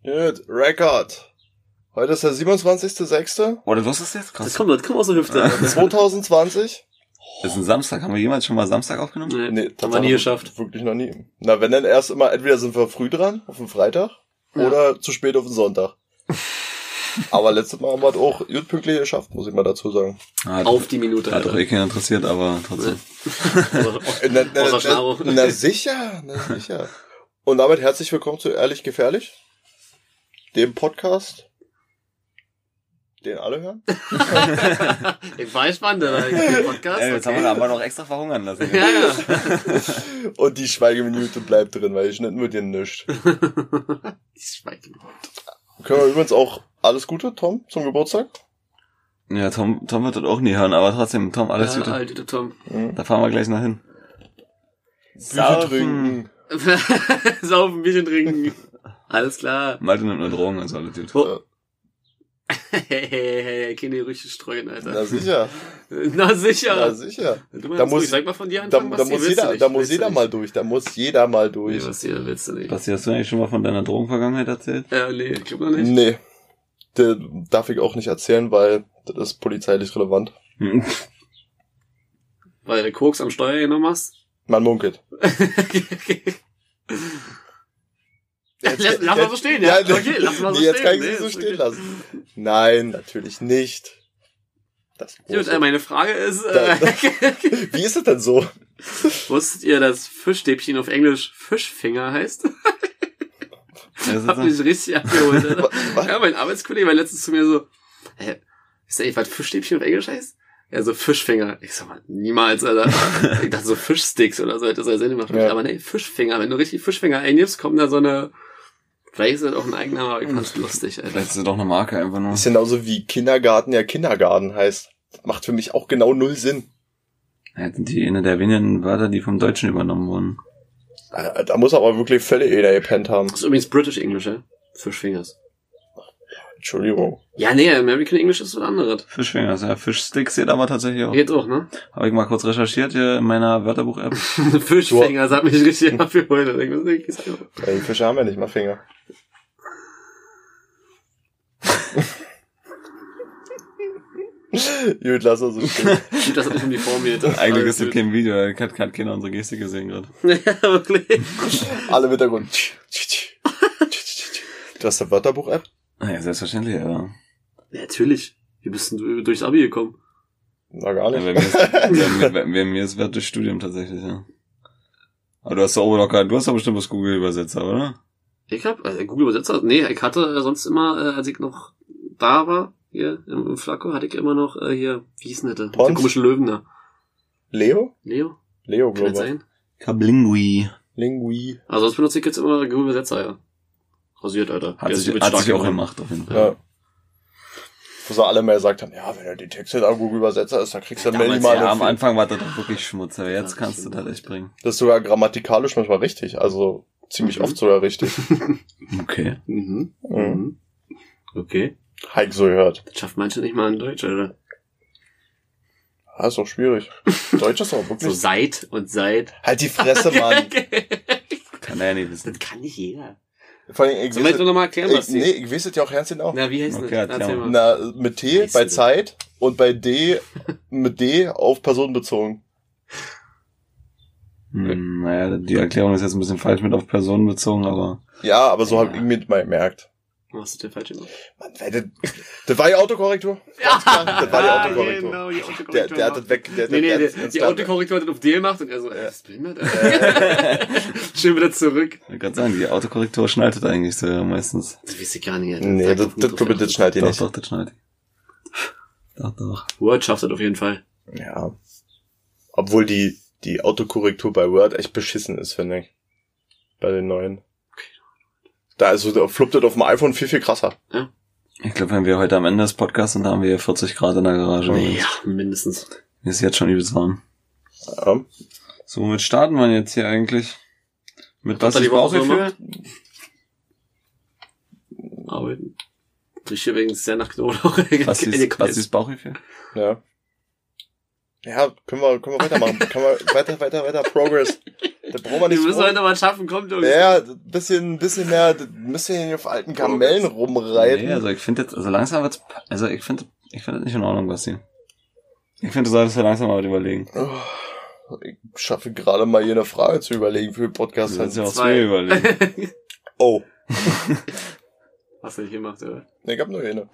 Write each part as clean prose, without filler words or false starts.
Gut, Record. Heute ist der 27.06. Oder du hast es jetzt? Krass. Das kommt aus der Hüfte. 2020. Das ist ein Samstag. Haben wir jemals schon mal Samstag aufgenommen? Nee, haben wir nie geschafft. Wirklich noch nie. Na, wenn dann erst immer, entweder sind wir früh dran, auf dem Freitag, oder zu spät auf den Sonntag. Aber letztes Mal haben wir es auch gut pünktlich geschafft, muss ich mal dazu sagen. Auf die Minute. Hat doch keinen interessiert, aber trotzdem. Na sicher. Und damit herzlich willkommen zu Ehrlich Gefährlich, dem Podcast, den alle hören. Ich war gespannt, der Podcast. Jetzt haben wir aber noch extra verhungern lassen. Ja. Und die Schweigeminute bleibt drin, weil ich schnitten wird dir nichts. Die Schweigeminute. Können wir übrigens auch alles Gute, Tom, zum Geburtstag? Ja, Tom wird das auch nie hören, aber trotzdem, Tom, alles Gute. Alter Tom. Da fahren wir gleich noch hin. Bücher trinken. Saufen, Bierchen trinken. Alles klar. Malte nimmt nur Drogen, also alles gut. Oh. Hey, keine Rüche streuen, Alter. Na sicher. Na sicher. Du meinst, Da muss, sag mal von dir anfangen, da muss jeder mal durch. Nee, was hier willst du nicht. Basti, hast du eigentlich schon mal von deiner Drogenvergangenheit erzählt? Nee, ich glaube noch nicht. Nee. Das darf ich auch nicht erzählen, weil das ist polizeilich relevant. Weil du Koks am Steuer genommen hast? Man munkelt. Lass mal so stehen, ja. Okay, lass mal so stehen. Jetzt kann ich sie so stehen lassen. Nein, natürlich nicht. Das Gut, meine Frage ist, wie ist es denn so? Wusstet ihr, dass Fischstäbchen auf Englisch Fischfinger heißt? Hab mich richtig abgeholt, Alter. Ja, mein Arbeitskollege war letztens zu mir so, ist da was Fischstäbchen auf Englisch heißt? Ja, so Fischfinger. Ich sag mal, niemals, Alter. Ich dachte so Fischsticks oder so, hätte das ja Sinn gemacht. Ja. Aber nee, Fischfinger. Wenn du richtig Fischfinger eingibst, kommt da so eine, vielleicht ist das auch ein Eigenname, aber ich fand's lustig, Alter. Vielleicht ist es doch eine Marke einfach nur. Ist genauso wie Kindergarten ja Kindergarten heißt. Das macht für mich auch genau null Sinn. Ja, das sind die eine der wenigen Wörter, die vom Deutschen übernommen wurden. Da muss aber wirklich völlig jeder gepennt haben. Das ist übrigens British English, ja? Fischfingers. Entschuldigung. Ja, nee, American English ist was anderes. Fischfingers, ja. Fischsticks geht aber tatsächlich auch. Geht auch, ne? Habe ich mal kurz recherchiert hier in meiner Wörterbuch-App. Fischfinger, sagt mich richtig abgeholt. Die Fische haben ja nicht mal Finger. Gut, lass uns so stehen. Gut, das hat nicht um die Form geht. Eigentlich ist das kein Video, hat keiner unsere Gestik gesehen gerade. Ja, wirklich. Alle im Hintergrund. Du hast eine Wörterbuch-App? Ja, selbstverständlich, ja. Ja, natürlich. Wie bist denn du durchs Abi gekommen? Na, gar nicht. Ja, bei mir ist Wert durch Studium tatsächlich, ja. Aber du hast doch bestimmt was Google-Übersetzer, oder? Ich hab Google-Übersetzer? Nee, ich hatte sonst immer, als ich noch da war, hier im Flacco, hatte ich immer noch hier, wie hieß denn das? Der komische Löwen da. Leo, Kann glaube das ich. sein? Kablingui. Lingui. Also sonst benutze ich jetzt immer Google-Übersetzer, ja. Rasiert, Alter. Hat sich auch gemacht, auf jeden Fall. Ja. Wo sie alle mal gesagt haben, ja, wenn er die Texte da Google-Übersetzer ist, dann kriegst du dann minimal. Ja, am Anfang war das doch wirklich Schmutz, aber jetzt kannst du das echt bringen. Das ist sogar grammatikalisch manchmal richtig, also ziemlich oft sogar richtig. Okay. Okay. Heik so gehört. Das schafft manche nicht mal in Deutsch, Alter. Ja, ist doch schwierig. Deutsch ist auch wirklich. So seit. Halt die Fresse, Mann. Kann er ja nicht wissen. Das kann nicht jeder. Vor allem, Sollen wir jetzt nochmal erklären, was nee, ich weiß es ja auch ernst auch. Na, wie heißt Okay, das? Erzähl mal. Na, mit T bei Zeit und bei D mit D auf Person bezogen. Naja, die Erklärung ist jetzt ein bisschen falsch mit auf Personen bezogen, aber... Ja, aber so habe ich mir mal gemerkt. Hast du den falsch gemacht? Mann, das war die Autokorrektur. Ja, das war die Autokorrektur. Genau, die Autokorrektur. Der hat das weg. Die Autokorrektur hat das auf D gemacht und er so, ist behindert? Schön wieder zurück. Ich kann sagen, die Autokorrektur schneidet das eigentlich so ja, meistens. Das weiß ich gar nicht. Alter. Nee, das schneidet die nicht. Doch, das schneidet. Doch. Word schafft das auf jeden Fall. Ja. Obwohl die Autokorrektur bei Word echt beschissen ist, finde ich. Bei den neuen. Da fluppt das auf dem iPhone viel, viel krasser. Ja. Ich glaube, wenn wir heute am Ende des Podcasts sind, da haben wir 40 Grad in der Garage. Ja, mindestens. Mir ist jetzt schon übelst warm. Ja. So, womit starten wir jetzt hier eigentlich? Mit was ich Bauchgefühl? Arbeiten. Riecht übrigens sehr nach Knoblauch. Was ist Bauchgefühl? Ja. Ja, können wir weitermachen. Können wir weiter Progress. Da brauchen wir nicht. Wir müssen heute mal schaffen, kommt Jungs. Ja, bisschen mehr, müsst ihr hier auf alten Kamellen rumreiten. Nee, also ich finde jetzt, also langsam wird's, also ich finde das nicht in Ordnung, Basti. Ich finde, du solltest ja langsam mal überlegen. Ich schaffe gerade mal hier eine Frage zu überlegen für den Podcast. Du kannst ja auch 2 überlegen. Oh. Hast du nicht gemacht, oder? Ich hab nur eine.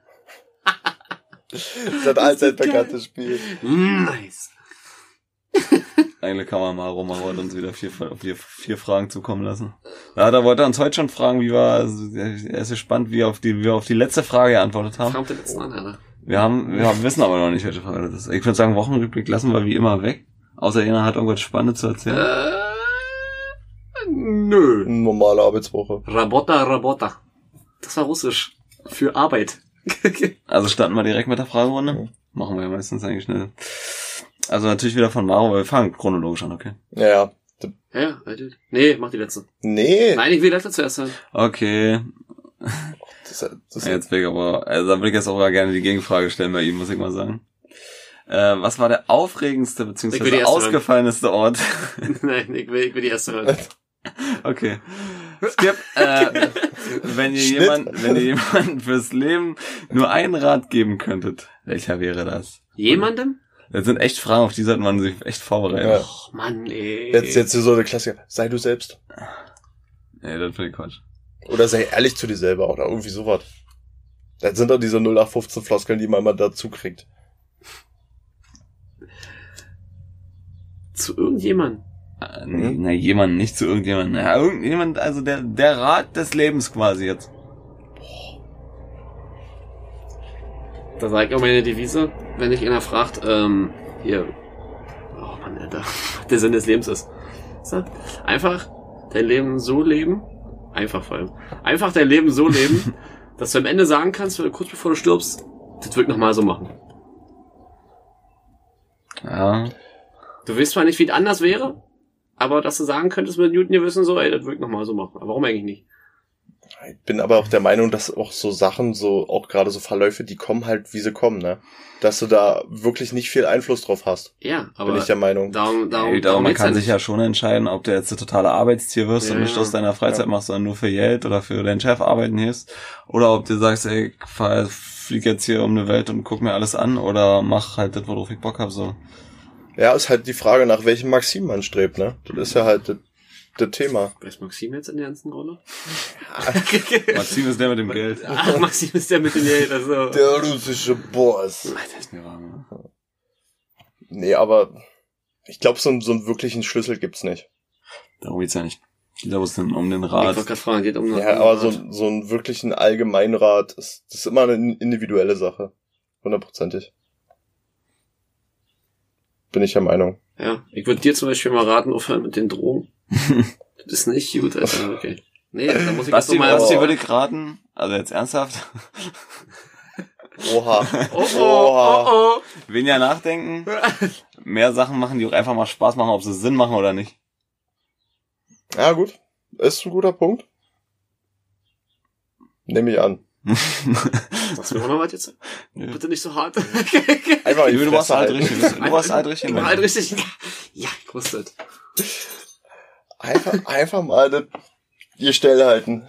Das hat allzeit bekanntes Spiel. Nice. Eigentlich kann man mal Roman uns wieder 4 Fragen zukommen lassen. Ja, da wollte er uns heute schon fragen, er ist gespannt, wie wir auf die letzte Frage geantwortet haben. Frag den letzten an, Alter. Wir wissen aber noch nicht, welche Frage das ist. Ich würde sagen, Wochenrückblick lassen wir wie immer weg. Außer jeder hat irgendwas Spannendes zu erzählen. Nö. Normale Arbeitswoche. Rabota. Das war Russisch. Für Arbeit. Also starten wir direkt mit der Fragerunde. Ja. Machen wir ja meistens eigentlich schnell. Also natürlich wieder von Maro, wir fangen chronologisch an, okay? Ja. Ja, nee, mach die letzte. Nee. Nein, ich will die letzte zuerst hören. Okay. Das Jetzt will ich aber, also da würde ich jetzt auch mal gerne die Gegenfrage stellen bei ihm, muss ich mal sagen. Was war der aufregendste bzw. ausgefallenste Ort? Nein, ich will die erste hören. Okay. Skip, wenn ihr jemandem fürs Leben nur einen Rat geben könntet, welcher wäre das? Jemandem? Das sind echt Fragen, auf die sollte man sich echt vorbereiten. Ja. Och, Mann, ey. Jetzt so der Klassiker. Sei du selbst. Nee, das finde ich Quatsch. Oder sei ehrlich zu dir selber oder irgendwie sowas. Das sind doch diese 0815 Floskeln, die man immer dazu kriegt. Zu irgendjemandem? Na, jemand, nicht zu irgendjemandem. Ja, irgendjemand, also der Rat des Lebens quasi jetzt. Da sag ich auch meine Devise, wenn dich einer fragt, hier, oh Mann, Alter, der Sinn des Lebens ist. So, einfach dein Leben so leben, einfach dein Leben so leben, dass du am Ende sagen kannst, kurz bevor du stirbst, das will ich nochmal so machen. Ja. Du weißt zwar nicht, wie es anders wäre, aber dass du sagen könntest mit Newton, wir wissen so, ey, das will ich nochmal so machen. Aber warum eigentlich nicht? Ich bin aber auch der Meinung, dass auch so Sachen, so auch gerade so Verläufe, die kommen halt, wie sie kommen, ne? Dass du da wirklich nicht viel Einfluss drauf hast. Ja, aber bin ich der Meinung. Darum man kann sich ja schon entscheiden, ob du jetzt ein totale Arbeitstier wirst und nicht aus deiner Freizeit Ja. machst, sondern nur für Geld oder für deinen Chef arbeiten gehst. Oder ob du sagst, ey, flieg jetzt hier um eine Welt und guck mir alles an oder mach halt das, worauf ich Bock hab, so. Ja, ist halt die Frage, nach welchem Maxim man strebt, ne? Das ist ja halt das Thema. Wer ist Maxim jetzt in der ganzen Rolle? Maxim ist der mit dem Geld. Ach, Maxim ist der mit dem Geld, also. Der russische Boss. Alter, ist mir warm. Nee, aber ich glaube, so einen wirklichen Schlüssel gibt's nicht. Darum geht's ja nicht. Da muss es um den Ich Rat. wollte gerade fragen, geht um Ja, aber so einen wirklichen Allgemeinrat das ist immer eine individuelle Sache. 100%. Bin ich der Meinung. Ja, ich würde dir zum Beispiel mal raten, aufhören mit den Drogen. Das ist nicht gut, Alter, okay. Nee, da muss ich Basti, jetzt nochmal... würde ich raten, also jetzt ernsthaft, Oha. Oh. weniger nachdenken, mehr Sachen machen, die auch einfach mal Spaß machen, ob sie Sinn machen oder nicht. Ja, gut. Ist ein guter Punkt. Nehme ich an. Sagst du mir auch noch was jetzt? Ja. Bitte nicht so hart. Einfach in die Du warst Fresse halt halten. richtig. Du warst halt richtig. Ich war halt richtig. Ja, ich wusste es. Einfach mal das Gestell halten.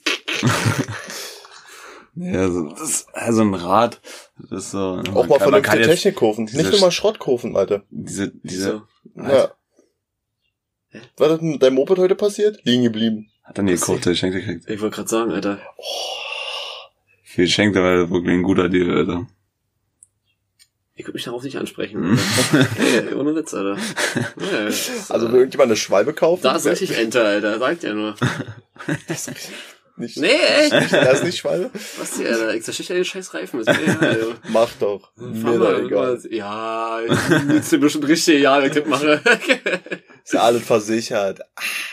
Ja, also ein Rad, das ist so. Auch mal vernünftige Technik kaufen. Nicht diese nur mal Schrott kaufen, Alter. Diese, Ja. Was ist mit deinem Moped heute passiert? Liegen geblieben. hat er nie gekauft, der geschenkt gekriegt. Ich wollte gerade sagen, Alter. Viel geschenkt, aber wirklich ein guter Deal, Alter. Ich würde mich darauf nicht ansprechen. Hey, ohne Witz, Alter. Ja, Also wenn irgendjemand eine Schwalbe kauft. da ist richtig Enter, Alter. Sagt ja nur. Nicht, Nee, echt? Das ist nicht Schwalbe? Was hier, Alter? Ich zerstich ja den scheiß Reifen. Ist mir egal, Alter. Mach doch. Fahr Mir mal, doch egal. Ja, jetzt sind bestimmt richtig, ja, wenn ich das mache. Ist ja alles versichert.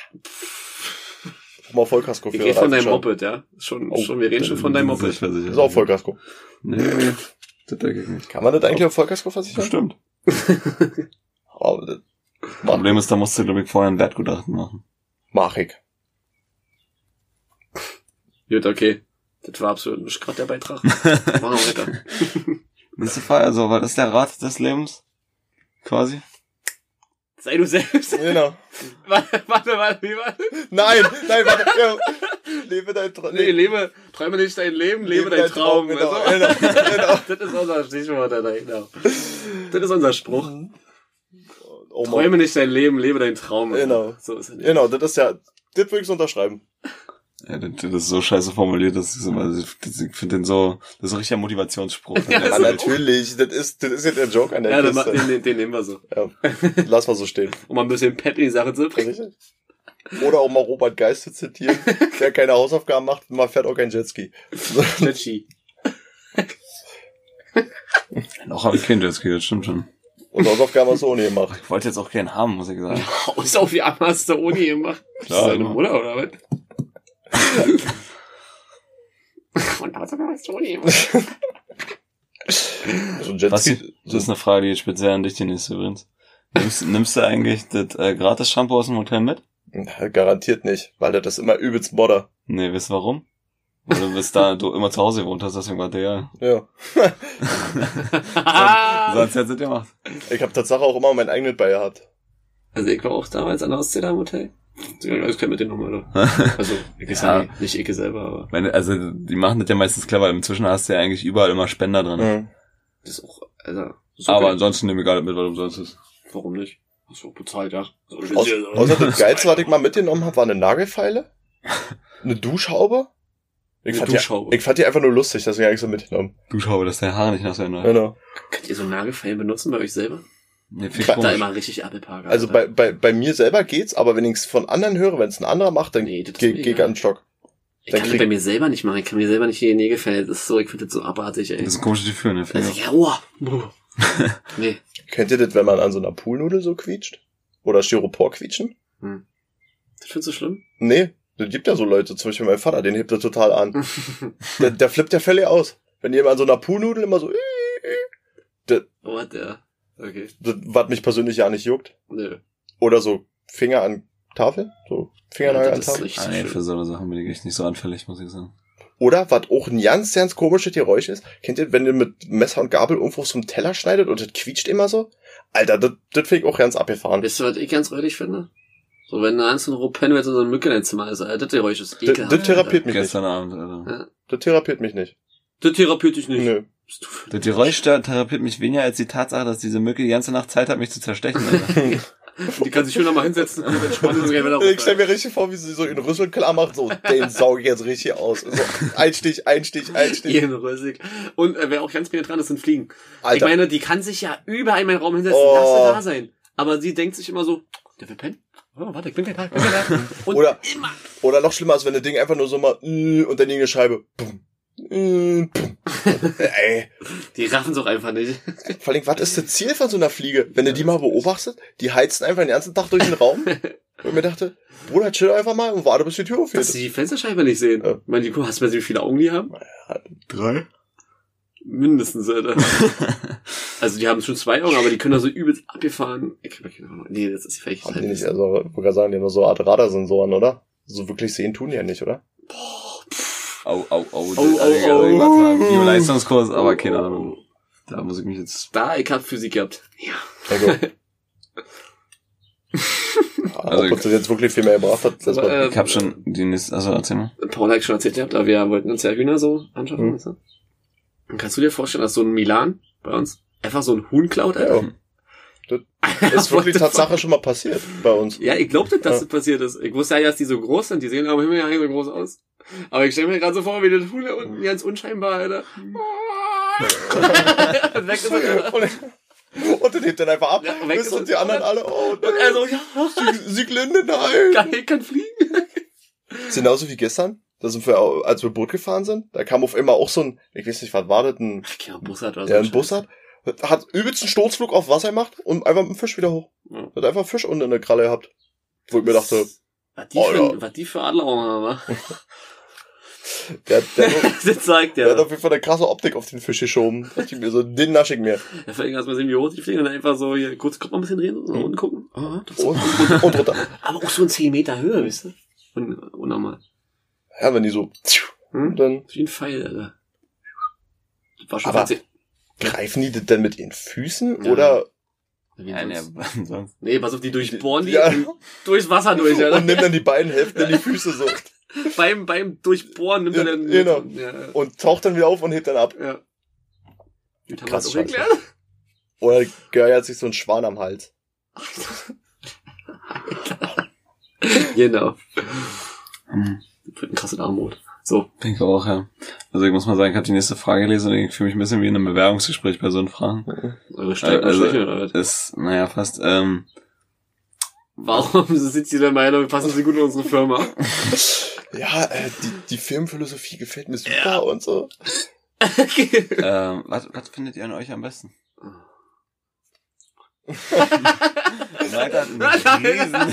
Mal Vollkasko für Ich rede von deinem Reifen Moped, ja? Schon, wir reden schon von deinem Moped. Versichert. Ist auch Vollkasko. Nee, das denke ich nicht. Kann man das eigentlich auf Vollkasko versichern? Bestimmt. Aber das Problem ist, da musst du, glaube ich, vorher ein Wertgutachten machen. mach ich. Gut, okay. Das war absolut nicht gerade der Beitrag. Machen wir weiter. Nächste Frage, also, was ist der Rat des Lebens? Quasi? Sei du selbst. Genau. Warte, wie war das? Nein, warte. Ja. Lebe dein Traum. Nee, träume nicht dein Leben, lebe dein Traum. Genau. Das ist unser Stichwort, genau. Das ist unser Spruch. Träume nicht dein Leben, lebe dein Traum. Genau. So ist es. Genau, das ist ja, das würde ich so unterschreiben. Ja, das ist so scheiße formuliert, ich finde den so, das ist ein richtiger Motivationsspruch. Ja, natürlich, das ist jetzt der Joke an der Kiste. Ja, den nehmen wir so. Ja. Lass mal so stehen. Um mal ein bisschen Pep in die Sache zu bringen. Oder auch mal Robert Geist zu zitieren, der keine Hausaufgaben macht, man fährt auch kein Jetski. Jetski. Noch habe ich kein Jetski, das stimmt schon. Und Hausaufgaben hast du ohne gemacht. Ich wollte jetzt auch keinen haben, muss ich sagen. Hausaufgaben hast du ohne gemacht. Klar, deine Mutter, oder was? Und Hausaufgaben hast du ohne gemacht. So ein Jetski. Das ist eine Frage, die jetzt speziell an dich, die nächste übrigens. Nimmst du eigentlich das Gratis-Shampoo aus dem Hotel mit? Ja, garantiert nicht, weil das immer übelst modder. Nee, weißt du warum? Weil du immer zu Hause gewohnt hast, deswegen war der ja. Ja. Sonst hättest du das gemacht. Ich habe Tatsache auch immer meinen eigenen bei gehabt. Also ich war auch damals an der Ostsee da im Hotel. Ich kenn mit denen nochmal, oder? Also, nicht ich selber, aber. Also, die machen das ja meistens clever. Inzwischen hast du ja eigentlich überall immer Spender drin. Mhm. Das ist auch, also. Aber ansonsten nehme ich gar nicht mit, weil umsonst ist. Warum nicht? Hast du auch bezahlt, ja. Außer das Geilste, was ich mal mitgenommen habe, war eine Nagelfeile, eine Duschhaube. Ich fand die einfach nur lustig, deswegen habe ich so mitgenommen. Duschhaube, dass deine Haare nicht nass werden. Genau. Könnt ihr so Nagelfeilen benutzen bei euch selber? Nee, ich hab da immer richtig Appelpark. Also bei mir selber geht's, aber wenn ich es von anderen höre, wenn es ein anderer macht, dann geh ich an den Stock. Ich kann das bei mir selber nicht machen. Ich kann mir selber nicht die Nägel feilen. Das ist so, ich finde das so abartig, ey. Das ist ein komisches Gefühl, ne? Also, nee. Kennt ihr das, wenn man an so einer Poolnudel so quietscht? Oder Styropor quietschen? Das findest du schlimm? Nee, das gibt ja so Leute, zum Beispiel mein Vater, den hebt er total an. der flippt ja völlig aus. Wenn jemand an so einer Poolnudel immer so okay. Das, was mich persönlich ja nicht juckt. Nö. Oder so Finger an Tafel, so Fingernagel an Tafel. Nee, für so eine Sachen bin ich echt nicht so anfällig, muss ich sagen. Oder, was auch ein ganz, ganz komisches Geräusch ist, kennt ihr, wenn ihr mit Messer und Gabel irgendwo so einen Teller schneidet und das quietscht immer so? Alter, das finde ich auch ganz abgefahren. Wisst ihr, was ich ganz räudig finde? So, wenn du eins in Ruppen, wenn so eine Mücke in dein Zimmer ist, Alter, das Geräusch ist ekelhaft. Das therapiert mich Gestern nicht. Abend, Alter. Ja. Das therapiert mich nicht. Das therapiert dich nicht. Nö. Das Geräusch therapiert mich weniger als die Tatsache, dass diese Mücke die ganze Nacht Zeit hat, mich zu zerstechen, Alter. Die kann sich schön nochmal hinsetzen und entspannen und wieder Ich stell mir richtig vor, wie sie so ihren Rüssel klar macht, so, den sauge ich jetzt richtig aus. So, ein Stich. Ihren Rüssel. Und wer auch ganz penetrant ist, sind Fliegen. Alter. Ich meine, die kann sich ja überall in meinen Raum hinsetzen, lass sie da sein. Aber sie denkt sich immer so, der will pennen. Oh, warte, ich bin gleich da. Und oder noch schlimmer, als wenn das Ding einfach nur so mal und dann eine Scheibe. Ey. Die raffen es auch einfach nicht. Vor allem, was ist das Ziel von so einer Fliege? Wenn du die mal beobachtest, die heizen einfach den ganzen Tag durch den Raum. Und ich mir dachte, Bruder, chill einfach mal und warte, bis die Tür aufgeht. Dass sie die Fensterscheibe nicht sehen. Ja. Ich meine, hast du mal, wie viele Augen die haben? 3? Mindestens, Alter. Also die haben schon 2 Augen, aber die können da so übelst abgefahren. Nee, das ist vielleicht Haben die nicht, also, ich wollte gerade sagen, die haben nur so eine Art Radarsensoren, oder? So wirklich sehen tun die ja nicht, oder? Au. Bio-Leistungskurs, aber keine Ahnung. Da muss ich mich jetzt... Ich hab Physik gehabt. Ja. Also ob uns das jetzt wirklich viel mehr gebracht hat. Das ich hab schon die nächste... Also erzähl mal. Paul hat schon erzählt gehabt, aber wir wollten uns ja Hühner so anschaffen. Weißt du? Und kannst du dir vorstellen, dass so ein Milan bei uns einfach so ein Huhn klaut, Alter? Ja. Das ist wirklich Tatsache schon mal passiert bei uns. Ja, ich glaubte, dass das passiert ist. Ich wusste ja, dass die so groß sind. Die sehen aber Himmel ja nicht so groß aus. Aber ich stelle mir gerade so vor, wie das Huhn da unten ganz unscheinbar, Alter. Weg ist er. Und dann hebt er einfach ab. Ja, bis und die anderen alle, oh nein. Und er so, ja. Sieglinde, nein. Geil, kann fliegen. Das ist genauso wie gestern. Da sind wir, als wir Boot gefahren sind, da kam auf einmal auch so ein, ich weiß nicht, was war das, ein Bussard oder so. Ja, ein Bussard. Hat übelst einen Sturzflug auf Wasser gemacht und einfach mit dem Fisch wieder hoch. Ja. Hat einfach Fisch unten in der Kralle gehabt. Wo ich mir dachte, was die für Adler auch haben. der Das zeigt der hat auf jeden Fall eine krasse Optik auf den Fisch geschoben. Dachte ich mir so, den nasche ich mir. Ja, vor allem erst mal sehen, wie hoch die fliegen und dann einfach so hier kurz Kopf mal ein bisschen drehen und unten gucken. Oh, und runter. Aber auch so in 10 Meter Höhe, weißt du? Unnormal. Ja, wenn die so, dann. Wie ein Pfeil, Alter. Das war schon aber greifen die das denn mit ihren Füßen oder? Ja, nee, sonst. Nee, pass auf, die durchbohren die Ja. durchs Wasser durch, Alter. Und nimm dann die beiden Hälften in die Füße so. beim Durchbohren nimmt er dann... Genau. Ja. Und taucht dann wieder auf und hebt dann ab. Ja. Gut, haben wir Krass, das auch Scheiße. erklärt? Oder Göri hat sich so einen Schwan am Hals. Genau. Wird ein krasses Armut. So. Denke auch, ja. Also ich muss mal sagen, ich habe die nächste Frage gelesen und ich fühle mich ein bisschen wie in einem Bewerbungsgespräch bei so einen Fragen. Eure Stärken und Schwächen, oder was? Ist, naja, fast, Warum sind Sie der Meinung, passen Sie gut in unsere Firma? Ja, die Firmenphilosophie gefällt mir super und so. was findet ihr an euch am besten? Weiter hat einen Riesen.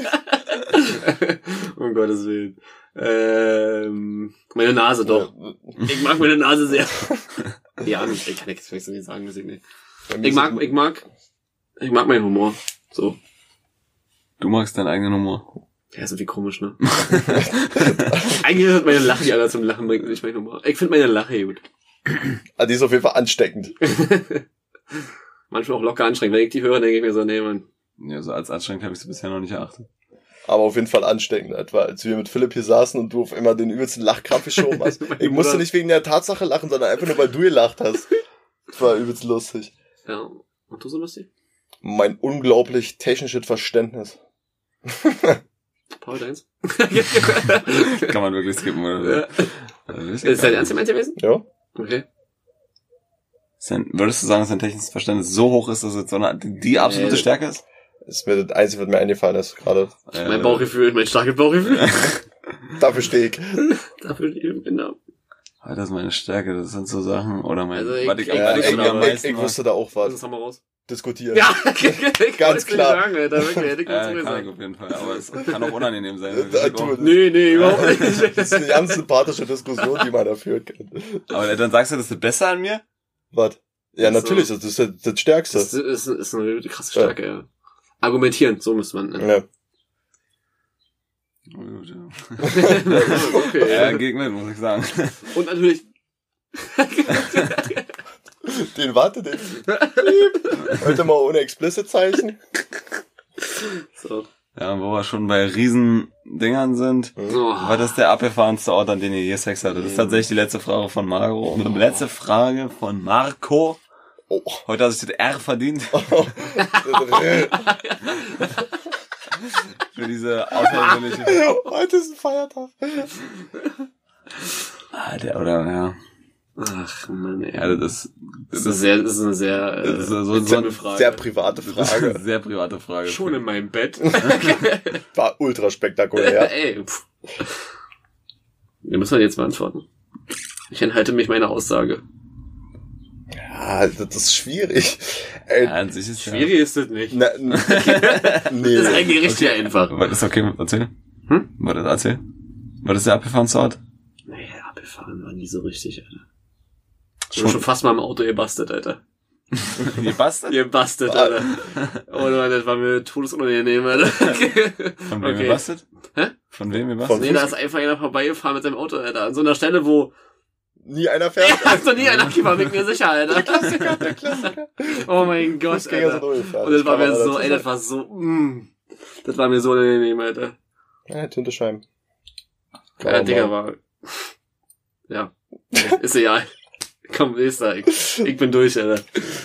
Um Gottes Willen. Meine Nase doch. Ich mag meine Nase sehr. Ja, ich kann jetzt nicht sagen, weiß ich nicht. Ich mag meinen Humor. So. Du magst deinen eigenen Humor. Ja, ist irgendwie komisch, ne? Eigentlich ist meine Lache, die anderen zum Lachen bringt, nicht mein Humor. Ich finde meine Lache gut. Ah, die ist auf jeden Fall ansteckend. Manchmal auch locker anstrengend. Wenn ich die höre, denke ich mir so, nee, Mann. Ja, so als anstrengend habe ich sie bisher noch nicht erachtet. Aber auf jeden Fall ansteckend, etwa als wir mit Philipp hier saßen und du auf einmal den übelsten Lachkrampf geschoben hast. Ich musste nicht wegen der Tatsache lachen, sondern einfach nur, weil du gelacht hast. Das war übelst lustig. Ja. Und du so lustig? Mein unglaublich technisches Verständnis. Paul, deins? Kann man wirklich skippen, oder? Ja. Ist dein Ernst gemeint gewesen? Ja. Okay. Würdest du sagen, dass dein technisches Verständnis so hoch ist, dass es so die absolute Stärke ist? Das ist mir das Einzige, was mir eingefallen ist gerade. Mein Bauchgefühl, mein starkes Bauchgefühl. Dafür stehe ich. Dafür stehe ich, genau. Das ist meine Stärke, das sind so Sachen, oder mein, Also ich Ich wusste da auch was. Das haben wir raus. Diskutieren. Ja, Ganz klar. Sagen, Alter, wirklich, hätte ich kann gesagt. ich auf jeden Fall, aber es kann auch unangenehm sein. Nee, überhaupt nicht. Das ist eine ganz sympathische Diskussion, die man da führen kann. Aber dann sagst du, das ist besser an mir? Was? Ja, Also, natürlich, das ist das Stärkste. Das ist eine krasse Stärke, ja. Argumentieren, so müsste man. Ne? Ja. Okay. Ja, Gegner, muss ich sagen. Und natürlich. Den heute mal ohne Explicit-Zeichen. So. Ja, wo wir schon bei Riesendingern sind. Oh. Was ist der abgefahrenste Ort, an dem ihr je Sex hattet? Das ist tatsächlich die letzte Frage von Marco. Und die letzte Frage von Marco. Oh. Heute hat sich das R verdient. Für diese außergewöhnliche... Heute ist ein Feiertag. Ja. Ach, Mann, ey. Ja, das ist eine sehr so Frage. Sehr private Frage. Sehr private Frage. Schon in meinem Bett. War ultra spektakulär. Ey, Wir müssen jetzt beantworten. Ich enthalte mich meiner Aussage. Ja, das ist schwierig. Ey, Ja, an sich ist Schwierig ist das nicht. nee. Das ist eigentlich richtig einfach. Was ist okay? Erzähl. Erzähl. Was ist der abgefahrenste Ort? Nee, abgefahren war nie so richtig, Alter. Schon fast mal im Auto gebastelt, Alter. Gebastelt, Alter. Oh Mann, das war mir todesunangenehm, Alter. Von wem gebastelt? Hä? Von wem gebastelt? Nee, da ist einfach einer vorbeigefahren mit seinem Auto, Alter. An so einer Stelle, wo... Nie einer fährt. Hast du nie einer gefahren, bin ich mir sicher, Alter. Der Klassiker. Oh mein Gott, Alter. Und das war mir so, das war so, das war mir so unangenehm, Alter. Ja, Tintescheiben. Ja, Digga, war... Ja. Ist egal. Komm, nächster. Ich bin durch, Alter.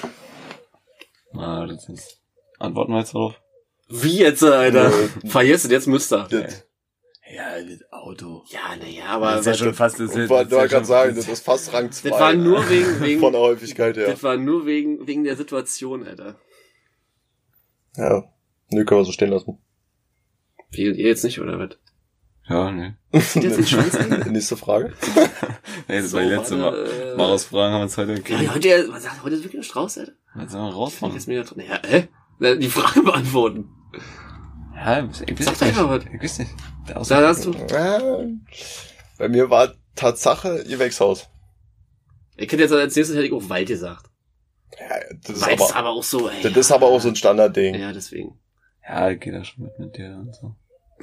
Das ist... Antworten wir jetzt drauf? Wie jetzt, Alter? Vergesst, jetzt müsst ihr. Ja, das Auto. Ja, naja, aber... Das ist ja schon fast... Ich wollte gerade sagen, das ist fast Rang 2. Das war nur wegen von der Häufigkeit her. Das war nur wegen der Situation, Alter. Ja. Nö, können wir so stehen lassen. Wie, ihr jetzt nicht, oder was? Ja, nee. Nächste Frage. Hey, das war die letzte Mal. Maros Fragen haben wir uns heute gekriegt. Ja, heute ist wirklich ein Strauß, Alter. Was sollen wir rausfahren? Ja, die Frage beantworten. Ja, ich weiß nicht. Ich weiß nicht. Da hast du. Bei mir war Tatsache Gewächshaus. Ich hätte jetzt als nächstes hätte ich auch Wald gesagt. Ja, das Wald ist ist aber auch so, ey. Das ist aber auch so ein Standardding. Ja, deswegen. Ja, ich geh da schon mit dir und so.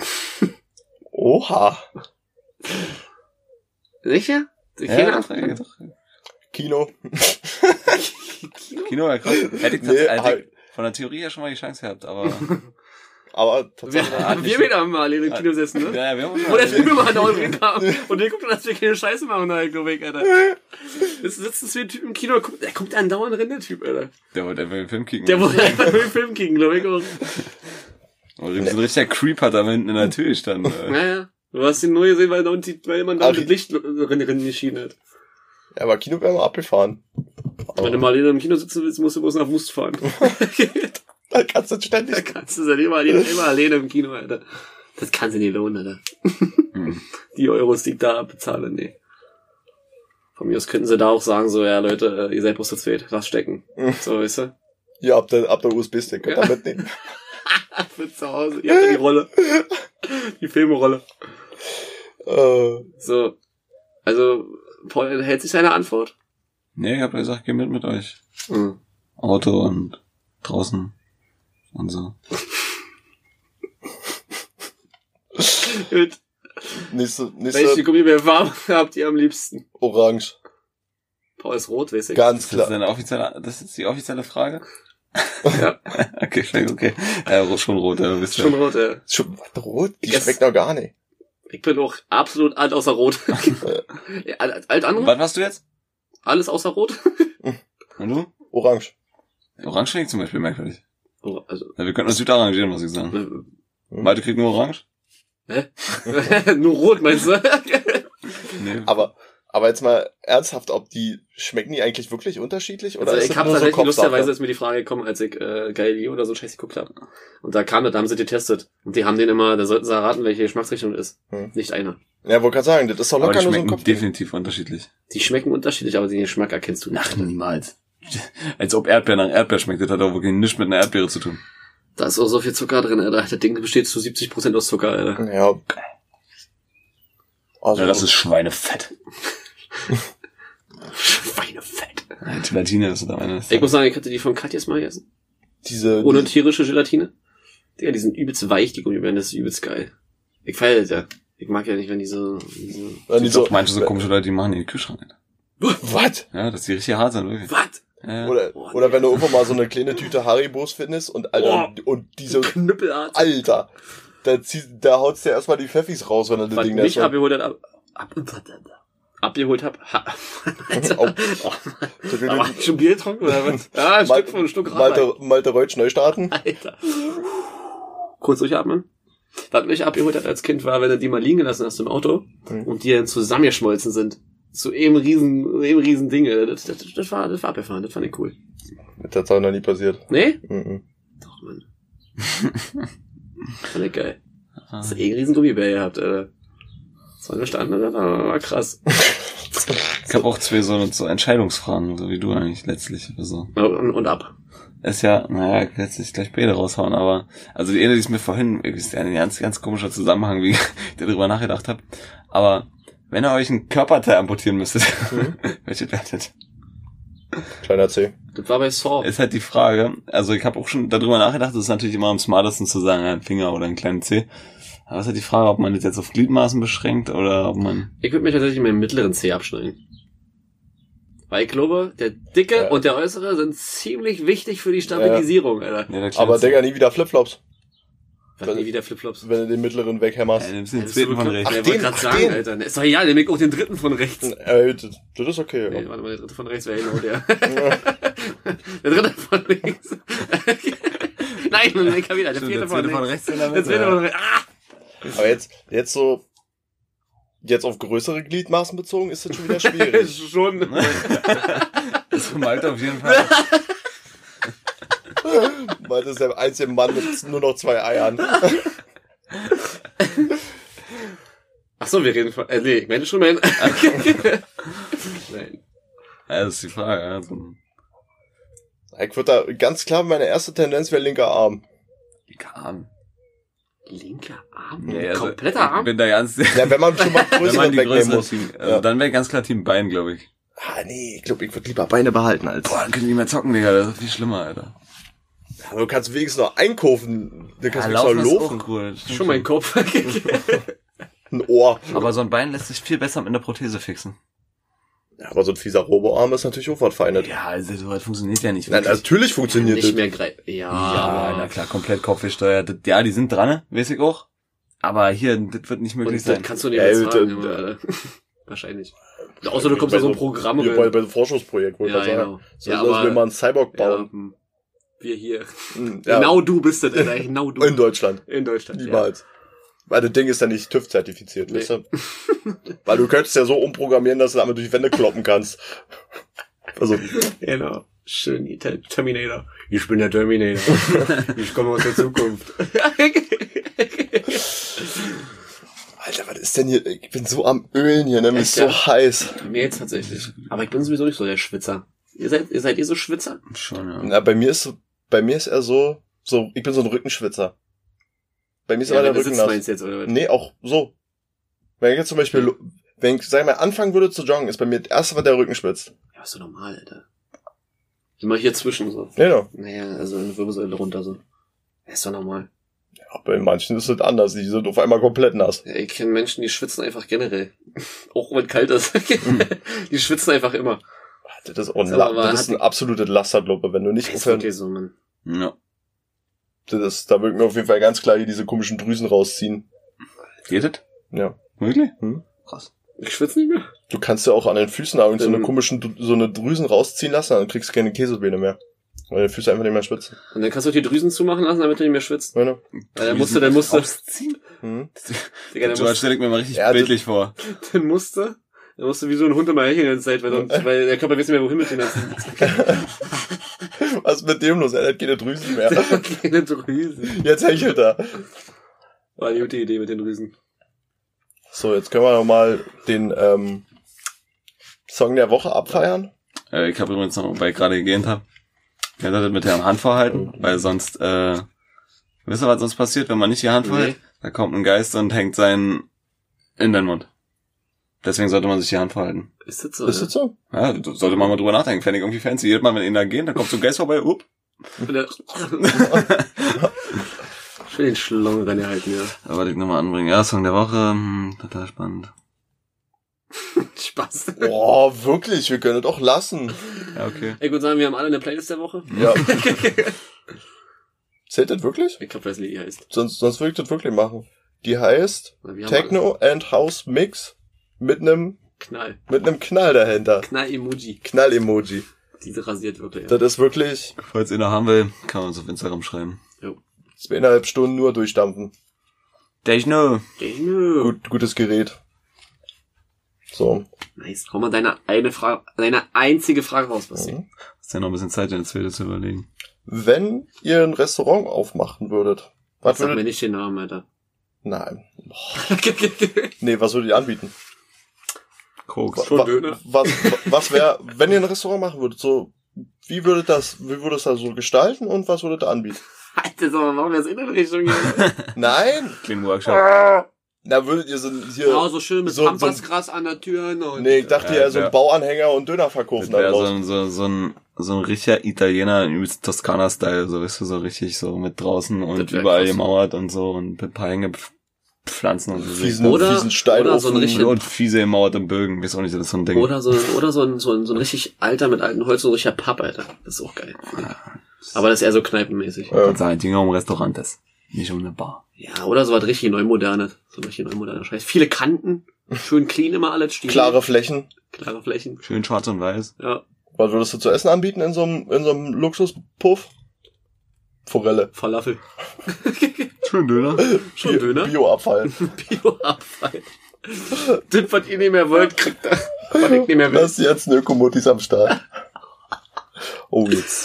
Oha. Sicher? Ja, Kino. Kino, ja krass. Hätte ich Nee, von der Theorie her schon mal die Chance gehabt, aber... Aber tatsächlich. Wir wieder mal alleine im Kino sitzen, ne? Ja, wir haben Wo der Film mal dauernd kam. Und wir gucken, dass wir keine Scheiße machen, glaube ich, Alter. Jetzt sitzt ein Typ im Kino, der guckt einen dauernd rein, der Typ, Alter. Der wollte einfach den Film kicken. Der wollte einfach nur den Film kicken, glaube ich auch. Oder so ein richtiger Creep hat da hinten in der Tür gestanden. Naja. Du hast ihn nur gesehen, weil man da mit Licht drin geschienen hat. Ja, aber Kino wäre mal abgefahren. Wenn du mal alleine im Kino sitzen willst, musst du bloß nach Wust fahren. Da kannst du ständig. Da kannst du immer alleine im Kino, Alter. Das kann sich nicht lohnen, Alter. Die Euros, die ich da bezahle, nee. Von mir aus könnten sie da auch sagen, so, ja, Leute, ihr seid bloß zu zweit, lasst stecken. So, weißt du? Ja, ab der USB-Stick, könnt ihr mitnehmen. Für zu Hause. Ihr habt ja die Rolle. Die Filmrolle. So. Also, Paul hält sich seine Antwort? Nee, ich hab gesagt, geh mit euch. Mhm. Auto und draußen und so. Gut. Welche Gummibär warm habt ihr am liebsten? Orange. Paul ist rot, weiß ich. Ganz klar. Das ist die offizielle Frage? Ja. Okay. Schon rot, ja. Du schon rot, ja. Schon rot? Die schmeckt noch gar nicht. Ich bin auch absolut alt außer rot. Alt andere? Was warst du jetzt? Alles außer rot. Und du? Orange. Orange finde ich zum Beispiel merkwürdig. Also, ja, wir könnten uns südarrangieren, muss ich sagen. Malte kriegt nur Orange? Hä? Nur rot, meinst du? Nee. Aber jetzt mal ernsthaft, schmecken die eigentlich wirklich unterschiedlich? Oder also ist ich habe tatsächlich lustigerweise ist mir die Frage gekommen, als ich Galileo oder so Scheiß geguckt habe. Und da haben sie getestet. Und die haben den immer, da sollten sie erraten, welche Geschmacksrichtung das ist. Nicht einer. Ja, wollte gerade sagen, das ist doch locker nur so ein Kopf. Definitiv unterschiedlich. Die schmecken unterschiedlich, aber den Geschmack erkennst du nicht. Ach, niemals. Als ob Erdbeer nach Erdbeer schmeckt, das hat auch wirklich nichts mit einer Erdbeere zu tun. Da ist auch so viel Zucker drin, Alter. Das Ding besteht zu 70% aus Zucker, Alter. Ja. Also, ja, das ist Schweinefett. Schweinefett. Ja, Gelatine ist da eine. Ich muss sagen, ich hatte die von Katjes mal gegessen. Ohne tierische Gelatine. Digga, die sind übelst weich, die Gummibären, das ist übelst geil. Ich feiere das ja. Ich mag ja nicht, wenn diese manche so komische Leute, die machen in den Kühlschrank. Was? Ja, dass die richtig hart sind, wirklich. Was? Ja. Oder wenn du irgendwann mal so eine kleine Tüte Haribos findest und Alter, und diese Knüppelart. Alter, da haut's dir erstmal die Pfeffis raus, wenn du das Ding da nicht abgeholt hab. Alter. Da war ich schon Bier getrunken oder was? Ja, ein Stück Malte Reutsch Neustarten. Alter. Kurz durchatmen. Was mich abgeholt hat als Kind war, wenn du die mal liegen gelassen hast im Auto und die dann zusammengeschmolzen sind. Zu eben riesen Dinge. Das war abgefahren, das fand ich cool. Das ist auch noch nie passiert. Nee? Mhm. Doch, Mann. Fand ich geil. Hast du einen riesen Gummibär gehabt, Alter. Das war verstanden, das war krass. Ich habe auch zwei so Entscheidungsfragen, so wie du eigentlich letztlich. So. Und ab. Ist ja, naja, ich werde nicht gleich beide raushauen, aber also die eine, die ist mir vorhin, ist ja ein ganz komischer Zusammenhang, wie ich darüber nachgedacht habe. Aber wenn ihr euch einen Körperteil amputieren müsstet, welche wäre das? Kleiner C. Das war bei Saw. Ist halt die Frage, also ich habe auch schon darüber nachgedacht, das ist natürlich immer am smartesten zu sagen, ein Finger oder einen kleinen C. Aber es ist halt die Frage, ob man das jetzt auf Gliedmaßen beschränkt oder ob man... Ich würde mich tatsächlich meinen mittleren C abschneiden. Weil ich glaube, der dicke und der äußere sind ziemlich wichtig für die Stabilisierung, Alter. Ja, aber Digga, nie wieder Flipflops. Nie wieder Flipflops. Wenn du den mittleren weghämmerst. Ja, nimmst den zweiten von rechts. Ich wollte gerade sagen, Alter. Ist doch egal, der nimmt auch den dritten von rechts. Das ist okay. Nee, warte mal, der dritte von rechts wäre genau der. Der dritte von links. Nein, ich kann wieder. Der vierte von rechts. Der zweite von rechts. Aber jetzt so, jetzt auf größere Gliedmaßen bezogen, ist das schon wieder schwierig. Schon. Das ist für Malte auf jeden Fall. Malte ist der einzige Mann mit nur noch 2 Eiern. Ach so, wir reden von, nee, ich meine schon mein. Nein. Ja, das ist die Frage, also. Ich würde da ganz klar, meine erste Tendenz wäre linker Arm. Linker Arm. Linker Arm? Ja, also, kompletter Arm? Ich bin da ganz... Ja, wenn man schon mal größere wegnehmen muss. Also dann wäre ganz klar Team Bein, glaube ich. Ah, nee, ich glaube, ich würde lieber Beine behalten als... Boah, dann können die nicht mehr zocken, Digga, das ist viel schlimmer, Alter. Aber du kannst wenigstens noch einkaufen. Du kannst ja, wenigstens noch laufen. Cool. Schon mein Kopf. Ein Ohr. Aber so ein Bein lässt sich viel besser mit einer Prothese fixen. Ja, aber so ein fieser Roboarm ist natürlich auch was Feinet. Ja, also sowas funktioniert ja nicht. Nein, natürlich funktioniert nicht das. mehr greifen. Ja, na klar, komplett kopfgesteuert. Ja, die sind dran, weiß ich auch. Aber hier, das wird nicht möglich sein. Das kannst du nicht mehr sagen, wahrscheinlich. Außer du kommst da so ein Programm rein. Bei dem Forschungsprojekt, wollte ich sagen. So, ja, aber will man einen Cyborg bauen. Ja, wir hier. Ja. Genau du bist das, Alter. Genau du. In Deutschland. Niemals. Ja. Weil das Ding ist ja nicht TÜV-zertifiziert, weißt du? Weil du könntest ja so umprogrammieren, dass du damit durch die Wände kloppen kannst. Also. Genau. Schön, Terminator. Ich bin der Terminator. Ich komme aus der Zukunft. Alter, was ist denn hier? Ich bin so am Ölen hier, ne? Mir ist so heiß. Mir jetzt tatsächlich. Aber ich bin sowieso nicht so der Schwitzer. Ihr seid so Schwitzer? Schon, ja. Na, bei mir ist er so, ich bin so ein Rückenschwitzer. Bei mir ist aber der Rücken nass. Jetzt, oder was? Nee, auch so. Wenn ich jetzt zum Beispiel, wenn ich, sag ich mal, anfangen würde zu joggen, ist bei mir das erste, was der Rücken schwitzt. Ja, ist doch normal, Alter. Immer hier zwischen so. Genau. Naja, also eine Wirbelsäule runter so. Ja, ist doch normal. Ja, bei manchen ist es anders. Die sind auf einmal komplett nass. Ja, ich kenne Menschen, die schwitzen einfach generell. Auch wenn kalt ist. Die schwitzen einfach immer. Das ist ein absolutes Lastergloppe, wenn du nicht aufhören. So, Mann. Ja. Da wird mir auf jeden Fall ganz klar hier diese komischen Drüsen rausziehen. Geht das? Ja. Wirklich? Krass. Ich schwitze nicht mehr. Du kannst ja auch an den Füßen so eine Drüsen rausziehen lassen, dann kriegst du keine Käsebeine mehr. Weil die Füße einfach nicht mehr schwitzen. Und dann kannst du die Drüsen zumachen lassen, damit du nicht mehr schwitzt. Ja, ne? Weil dann musst du ausziehen? Digga, so stelle ich mir mal richtig bildlich vor. Dann musst du wie so ein Hund immer hecheln in der Zeit, weil der Körper weiß nicht mehr, wohin mit den ganzen. Was ist mit dem los? Er hat keine Drüsen mehr. Keine Drüsen. Jetzt hechelt er. War eine gute Idee mit den Drüsen. So, jetzt können wir nochmal den Song der Woche abfeiern. Ich habe übrigens noch, weil ich gerade gegähnt habe, das mit der Hand vorhalten, weil sonst, wisst ihr, was sonst passiert, wenn man nicht die Hand vorhält? Da kommt ein Geist und hängt seinen in den Mund. Deswegen sollte man sich die Hand vorhalten. Ist das so? Ist das so? Ja, sollte man mal drüber nachdenken. Fände ich irgendwie fancy. Jedes Mal, wenn ihn da gehen, dann kommt so ein Geist vorbei, Schön den Schlong reinhalten, ja. Da wollte ich nochmal anbringen. Ja, Song der Woche, total spannend. Spaß. Boah, wirklich, wir können das auch lassen. Ja, okay. Ich würde sagen, wir haben alle eine Playlist der Woche. Ja. Zählt das wirklich? Ich glaube, wie die heißt. Sonst würde ich das wirklich machen. Die heißt Techno and House Mix mit einem Knall dahinter. Knall-Emoji. Diese rasiert wirklich. Ja. Das ist wirklich... Falls ihr noch haben will, kann man uns auf Instagram schreiben. Jo. Das wir 1,5 Stunden nur durchdampfen. Techno. Gutes Gerät. So. Nice. Hau mal deine einzige Frage raus, Basti. Hast ja noch ein bisschen Zeit, den zweite zu überlegen. Wenn ihr ein Restaurant aufmachen würdet, was würdet... Sag mir nicht den Namen, Alter. Nein. Nee, was würdet ihr anbieten? Koks. Was wäre, wenn ihr ein Restaurant machen würdet, so, wie würdet es da so gestalten und was würdet ihr anbieten? Alter, sag mal, machen wir das in eine Richtung hier? Nein! Kleinen Workshop. Da würdet ihr so hier... Ja, so schön mit Pampasgras an der Tür. Nee, ich dachte ja, so ein Bauanhänger und Döner verkaufen. Das wäre so ein richtiger Italiener in übelst Toskana-Style, so, weißt du, so richtig so mit draußen und überall gemauert und so und mit ein paar Hängepflanzen und so. Fiesen Stein oder so ein richtig... Und fiese gemauerte Bögen, weiß auch nicht, das ist so ein Ding. Oder so ein richtig alter mit alten Holz, so ein richtiger Papp, Alter. Das ist auch geil. Aber das ist eher so kneipenmäßig. Ja. Und sagen, Dinger um Restaurant ist. Nicht um eine Bar. Ja, oder so was richtig Neumodernes. So ein richtig neumoderner Scheiß. Viele Kanten. Schön clean immer alles. Stiel. Klare Flächen. Schön schwarz und weiß. Ja. Was würdest du zu essen anbieten in so einem Luxuspuff? Forelle. Falafel. Schön Döner. Schon Döner. Bioabfall. Das, was ihr nicht mehr wollt, kriegt er. Was ich nicht mehr will. Lass jetzt eine Ökomotis am Start. Oh, jetzt.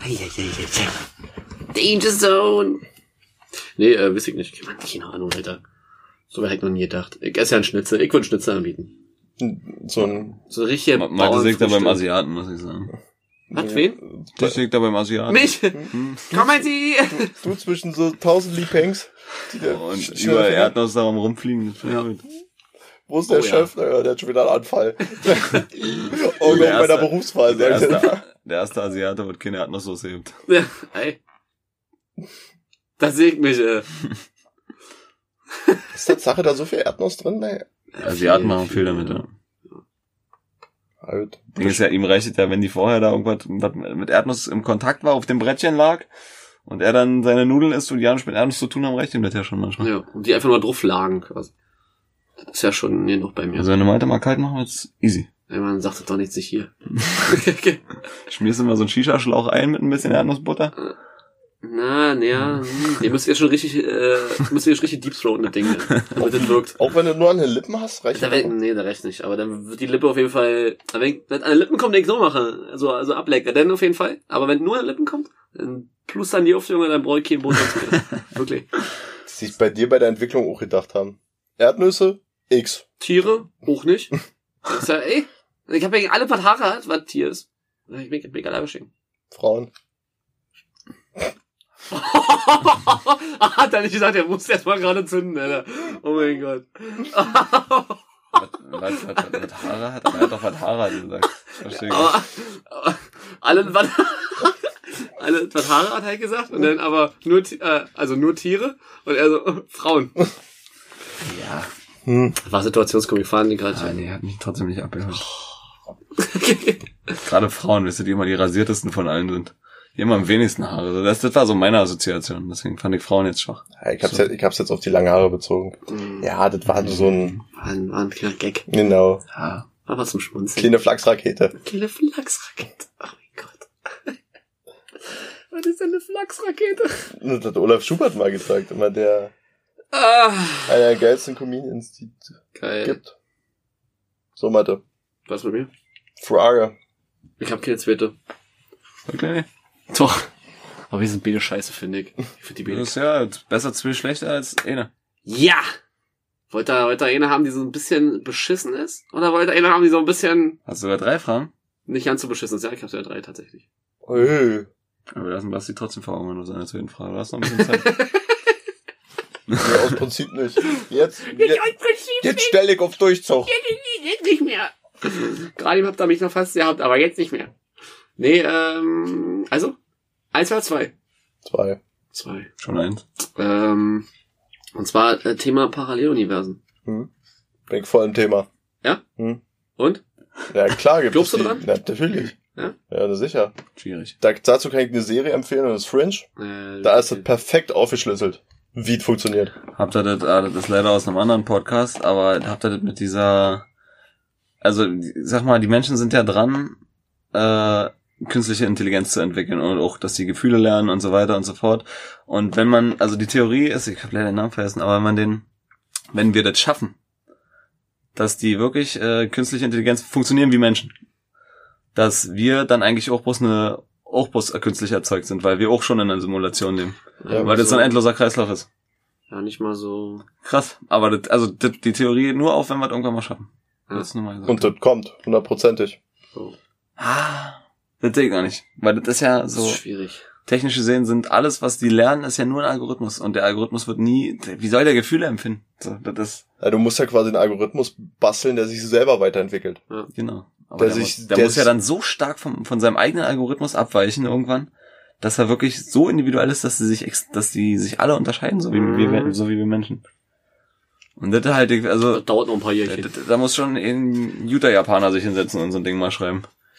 Danger Zone. Nee, weiß ich nicht. Keine Ahnung, Alter. So weit hätte ich noch nie gedacht. Ich esse ja einen Schnitzel. Ich würde einen Schnitzel anbieten. So ein richtiger Malte liegt da beim Asiaten, muss ich sagen. Was, wen? Das liegt da beim Asiaten. Mich? Kommen Sie! Du zwischen so 1000 Liepengs. Und über Erdnuss darum rumfliegen. Ja. Wo ist der Chef? Ja. Der hat schon wieder einen Anfall. Oh, bei der Berufswahl. Der erste Asiate wird keine Erdnusssoße gibt. Ja, ey. Das sehe ich mich, Ist Tatsache da so viel Erdnuss drin? Nee. Asiaten machen viel damit, ja. Halt. Ding ist ja, ihm reicht ja, wenn die vorher da irgendwas mit Erdnuss im Kontakt war, auf dem Brettchen lag und er dann seine Nudeln isst und die nicht mit Erdnuss zu tun haben, reicht ihm das ja schon manchmal. Ja, und die einfach nur drauf lagen quasi. Das ist ja schon noch bei mir. Also wenn du Malte mal kalt machen willst, easy. Ja, man sagt das doch nicht sich hier. Schmierst du mal so einen Shisha-Schlauch ein mit ein bisschen Erdnussbutter? Ihr müsst jetzt schon richtig, deep throaten, das Ding, damit das wirkt. Auch wenn du nur an den Lippen hast, reicht das? Nee, da reicht nicht, aber dann wird die Lippe auf jeden Fall, wenn an den Lippen kommt, denke ich so machen, also ablecken, dann auf jeden Fall, aber wenn nur an den Lippen kommt, dann plus dann die Junge, dann brauche ich keinen Botox mehr. Wirklich. Die sich bei dir bei der Entwicklung auch gedacht haben. Erdnüsse, X. Tiere, hoch nicht. Das ist ja, ich habe ja alle paar Haare hat, was Tier ist. Ich bin egal abgeschickt. Frauen. Hat er nicht gesagt, er muss erst mal gerade zünden, Alter. Oh mein Gott. Was Haare hat? Er hat doch was Haare gesagt. Verstehe ich. Alle, was Haare hat er gesagt, und dann aber nur Tiere, und er so, Frauen. Ja. War Situationskomik, fahren die gerade. Ah, nee, hat mich trotzdem nicht abgehört. Gerade Frauen, wisst ihr, die immer die rasiertesten von allen sind. Die immer am wenigsten Haare. Das war so meine Assoziation. Deswegen fand ich Frauen jetzt schwach. Ja, ich hab's jetzt auf die lange Haare bezogen. Ja, das war so ein... War ein kleiner Gag. Genau. Ja, war was zum Schmunzeln. Kleine Flachsrakete. Kleine Flachsrakete. Oh mein Gott. Was ist denn eine Flachsrakete? Das hat Olaf Schubert mal gesagt. Immer einer der geilsten Comedians, die es gibt. So, Mathe. Was mit mir? Frage. Ich hab keine zweite. Okay. Doch. Aber wir sind beide scheiße, finde ich. Ich finde die beide. Das ist ja besser zwei schlechter als eine. Ja! Wollt ihr eine haben, die so ein bisschen beschissen ist? Oder wollt ihr eine haben, die so ein bisschen... Hast du sogar 3 Fragen? Nicht ganz so beschissen ist. Ja, ich hab sogar 3 tatsächlich. Hey. Aber wir lassen Basti trotzdem vor Augen mit seiner zweiten Frage. Du hast noch ein bisschen Zeit. Ja, aus Prinzip nicht. Jetzt stell ich auf Durchzug. Jetzt nicht mehr. Gerade habt ihr mich noch fast gehabt, aber jetzt nicht mehr. Nee, also? 1 oder 2? 2. Schon 1. Und zwar Thema Paralleluniversen. Bin ich voll im Thema. Ja? Und? Ja, klar gibt Glaubst es du dran? Ja, natürlich. Ja? Ja, sicher. Schwierig. Dazu kann ich eine Serie empfehlen, und das ist Fringe. Da ist das perfekt aufgeschlüsselt, wie es funktioniert. Habt ihr das ist leider aus einem anderen Podcast, aber habt ihr das mit dieser, also, sag mal, die Menschen sind ja dran, künstliche Intelligenz zu entwickeln und auch, dass die Gefühle lernen und so weiter und so fort. Und wenn man, also die Theorie ist, ich habe leider den Namen vergessen, aber wenn wir das schaffen, dass die wirklich künstliche Intelligenz funktionieren wie Menschen, dass wir dann eigentlich auch bloß künstlich erzeugt sind, weil wir auch schon in einer Simulation leben. Ja, weil das so ein endloser Kreislauf ist. Ja, nicht mal so... Krass. Aber die Theorie nur auf, wenn wir das irgendwann mal schaffen. Ja. Das nur mal gesagt. Und das kommt, 100%. So. Das sehe ich gar nicht. Weil das ist ja so... Das ist schwierig. Technisch gesehen sind alles, was die lernen, ist ja nur ein Algorithmus. Und der Algorithmus wird nie... Wie soll der Gefühle empfinden? So, das ist... Ja, du musst ja quasi einen Algorithmus basteln, der sich selber weiterentwickelt. Ja. Genau. Aber der der muss ja dann so stark von seinem eigenen Algorithmus abweichen irgendwann, dass er wirklich so individuell ist, dass die sich alle unterscheiden, so wie wir Menschen. Und das halt, also... Das dauert noch ein paar Jährchen. Da muss schon ein Utah-Japaner sich hinsetzen und so ein Ding mal schreiben.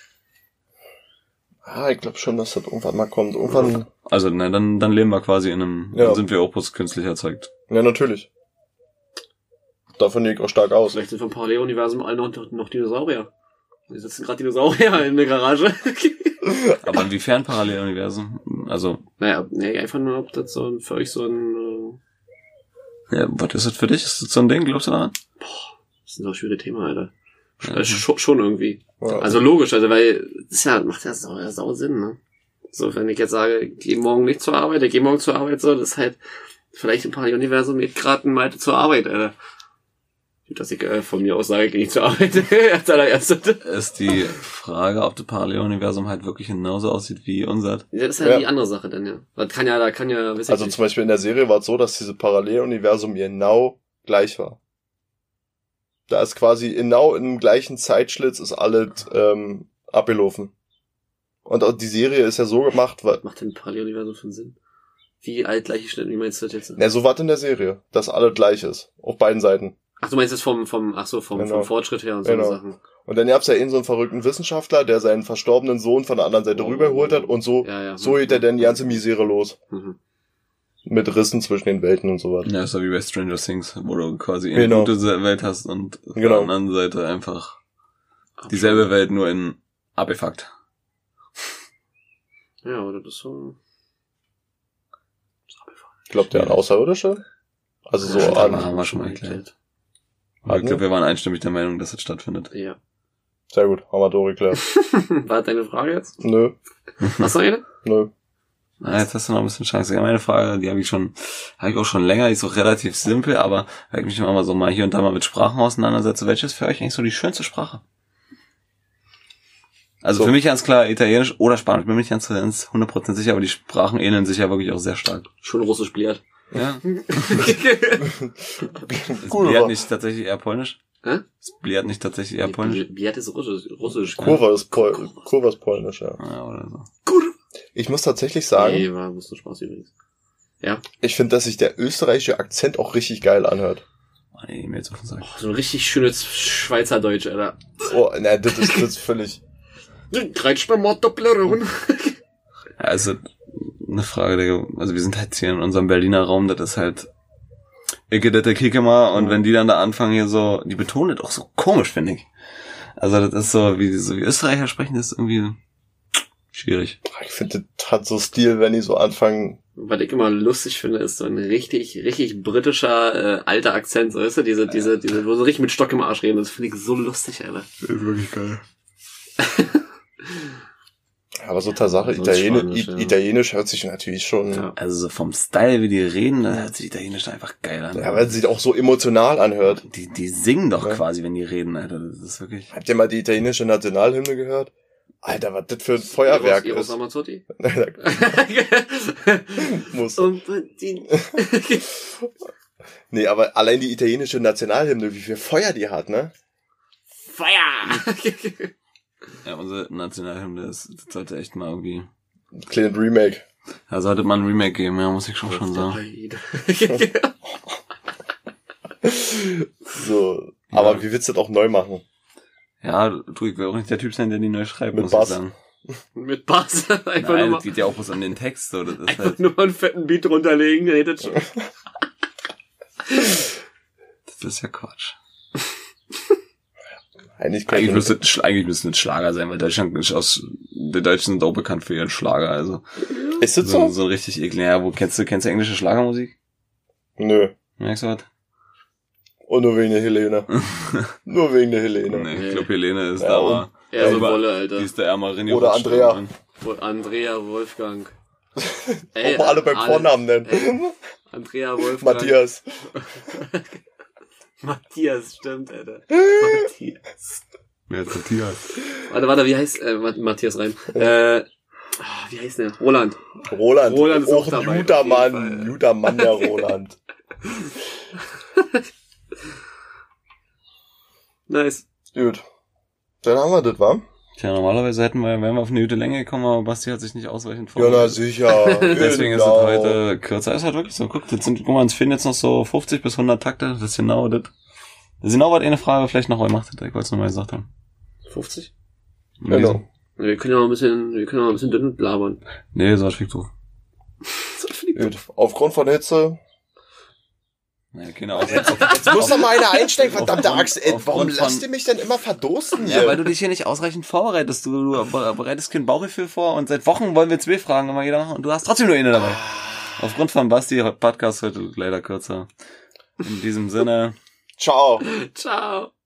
Ah, ich glaube schon, dass das irgendwann mal kommt. Irgendwann. Also, dann leben wir quasi dann sind wir auch bloß künstlich erzeugt. Ja, natürlich. Davon gehe ich auch stark aus. Vielleicht sind vom Paralleluniversum alle noch Dinosaurier. Wir sitzen gerade Dinosaurier in der Garage. Aber inwiefern Paralleluniversum? Also. Naja, einfach nur, ob das für euch so ein... Ja, was ist das für dich? Ist das so ein Ding? Glaubst du daran? Boah, das ist ein doch schwere Thema, Alter. Ja. Schon irgendwie. Ja. Also logisch, weil das macht ja sau Sinn, ne? So, wenn ich jetzt sage, ich gehe morgen nicht zur Arbeit, so, das ist halt vielleicht im Paralleluniversum geht gerade ein Malte zur Arbeit, Alter. Dass ich von mir aus sage, ich gehe nicht zur Arbeit. Als allererste. Ist die Frage, ob das Paralleluniversum halt wirklich genauso aussieht wie unser. Ja, das ist halt die andere Sache dann, ja. Da kann ja, also zum Beispiel in der Serie war es so, dass diese Paralleluniversum genau gleich war. Da ist quasi genau im gleichen Zeitschlitz ist alles abgelaufen. Und auch die Serie ist ja so gemacht, weil... Was macht denn Paralleluniversum für einen Sinn? Wie alt gleiche Schnitt, wie meinst du das jetzt? Ja, so was in der Serie, dass alles gleich ist. Auf beiden Seiten. Ach, du meinst jetzt vom Fortschritt her und so genau. Sachen. Und dann gab's ja so einen verrückten Wissenschaftler, der seinen verstorbenen Sohn von der anderen Seite rübergeholt hat und so geht er dann die ganze Misere los. Mit Rissen zwischen den Welten und so was. Ja, ist ja wie bei Stranger Things, wo du quasi eine gute Welt hast und auf der anderen Seite einfach dieselbe Welt, nur in Artefakt. Ja, oder das ist so... Glaubt ihr an Außerirdische? Also so an... Haben wir schon mal erklärt. Ich glaube, wir waren einstimmig der Meinung, dass das stattfindet. Ja. Sehr gut, haben wir durchgeklärt. War das deine Frage jetzt? Nö. Hast du eine? Nö. Na, jetzt hast du noch ein bisschen Chance. Ja, meine Frage, die habe ich auch schon länger, die ist auch relativ simpel, aber wenn ich mich immer mal so mal hier und da mal mit Sprachen auseinandersetze, welche ist für euch eigentlich so die schönste Sprache? Also für mich ganz klar Italienisch oder Spanisch. Ich bin mir nicht ganz 100% sicher, aber die Sprachen ähneln sich ja wirklich auch sehr stark. Schon Russisch Bliat. Ja. Ist Bliat nicht tatsächlich eher polnisch? Hä? Ist Bliat nicht tatsächlich eher polnisch? Bliat ist Russisch. Kurva ist polnisch, ja. Ja, oder so. Ich muss tatsächlich sagen... Nee, war bloß ein Spaß übrigens. Ja. Ich finde, dass sich der österreichische Akzent auch richtig geil anhört. Oh, nee, mir jetzt offen sagen. So ein richtig schönes Schweizerdeutsch, Alter. Oh, ne, das ist völlig... Also, eine Frage, also wir sind halt hier in unserem Berliner Raum, das ist halt der Kicke mal, und wenn die dann da anfangen hier so, die betonen das auch so komisch, finde ich. Also das ist so wie Österreicher sprechen, das ist irgendwie schwierig. Ich finde, das hat so Stil, wenn die so anfangen. Was ich immer lustig finde, ist so ein richtig britischer alter Akzent, so weißt du, diese, wo so richtig mit Stock im Arsch reden, das finde ich so lustig, Alter. Das ist wirklich geil. Aber so Tatsache, Italienisch hört sich natürlich schon... Ja. Also so vom Style, wie die reden, da hört sich Italienisch einfach geil an. Ja, weil es sich auch so emotional anhört. Die singen doch quasi, wenn die reden, Alter. Das ist wirklich... Habt ihr mal die italienische Nationalhymne gehört? Alter, was das für ein Feuerwerk ist. Ramazzotti? Muss. Nee, aber allein die italienische Nationalhymne, wie viel Feuer die hat, ne? Feuer! Ja, unsere Nationalhymne, das sollte echt mal irgendwie... Kleines Remake. Da sollte man ein Remake geben, ja, muss ich schon sagen. So, aber wie willst du das auch neu machen? Ja, du, ich will auch nicht der Typ sein, der die neu schreibt, muss ich sagen. Mit Bass? Einfach Nein, das geht ja auch bloß um den Text. So. Das ist einfach halt nur einen fetten Beat runterlegen, redet schon. Das ist ja Quatsch. Eigentlich müsste es ein Schlager sein, weil die Deutschen sind auch bekannt für ihren Schlager, also. Ist das so? So ein richtig eklig. Ja, kennst du englische Schlagermusik? Nö. Merkst du was? Und nur wegen der Helene. Nur wegen der Helene. Nee, ich glaube Helene ist da mal. Ja, so Wolle, Alter. Die ist der Marini. Oder Andrea. Andrea Wolfgang. Ey, auch alle beim Vornamen nennen. Andrea Wolfgang. Matthias. Matthias, stimmt, Alter. Matthias. Wer ist Matthias? Warte, wie heißt Matthias rein? Wie heißt der? Roland. Roland ist auch dabei. Guter Mann, der Roland. Nice. Gut. Dann haben wir das, wa? Tja, normalerweise wären wir auf eine gute Länge gekommen, aber Basti hat sich nicht ausreichend vorbereitet. Ja, na sicher. Deswegen ist es heute kürzer. Ist halt wirklich so. Guck mal, uns fehlen jetzt noch so 50 bis 100 Takte. Das ist genau das. Das ist genau, was eine Frage vielleicht noch gemacht hat. Ich wollte es nochmal gesagt haben. 50? Genau. Wir können ja mal ein bisschen dünn labern. Nee, so was fliegt so. Gut. Aufgrund von Hitze. Ja, genau. Jetzt muss doch mal einer einsteigen, verdammte Axt. Warum lasst ihr mich denn immer verdursten hier? Ja, weil du dich hier nicht ausreichend vorbereitest. Du bereitest kein Bauchgefühl vor und seit Wochen wollen wir 2 Fragen immer jeder machen und du hast trotzdem nur eine dabei. Aufgrund von Basti, Podcast heute leider kürzer. In diesem Sinne. Ciao. Ciao.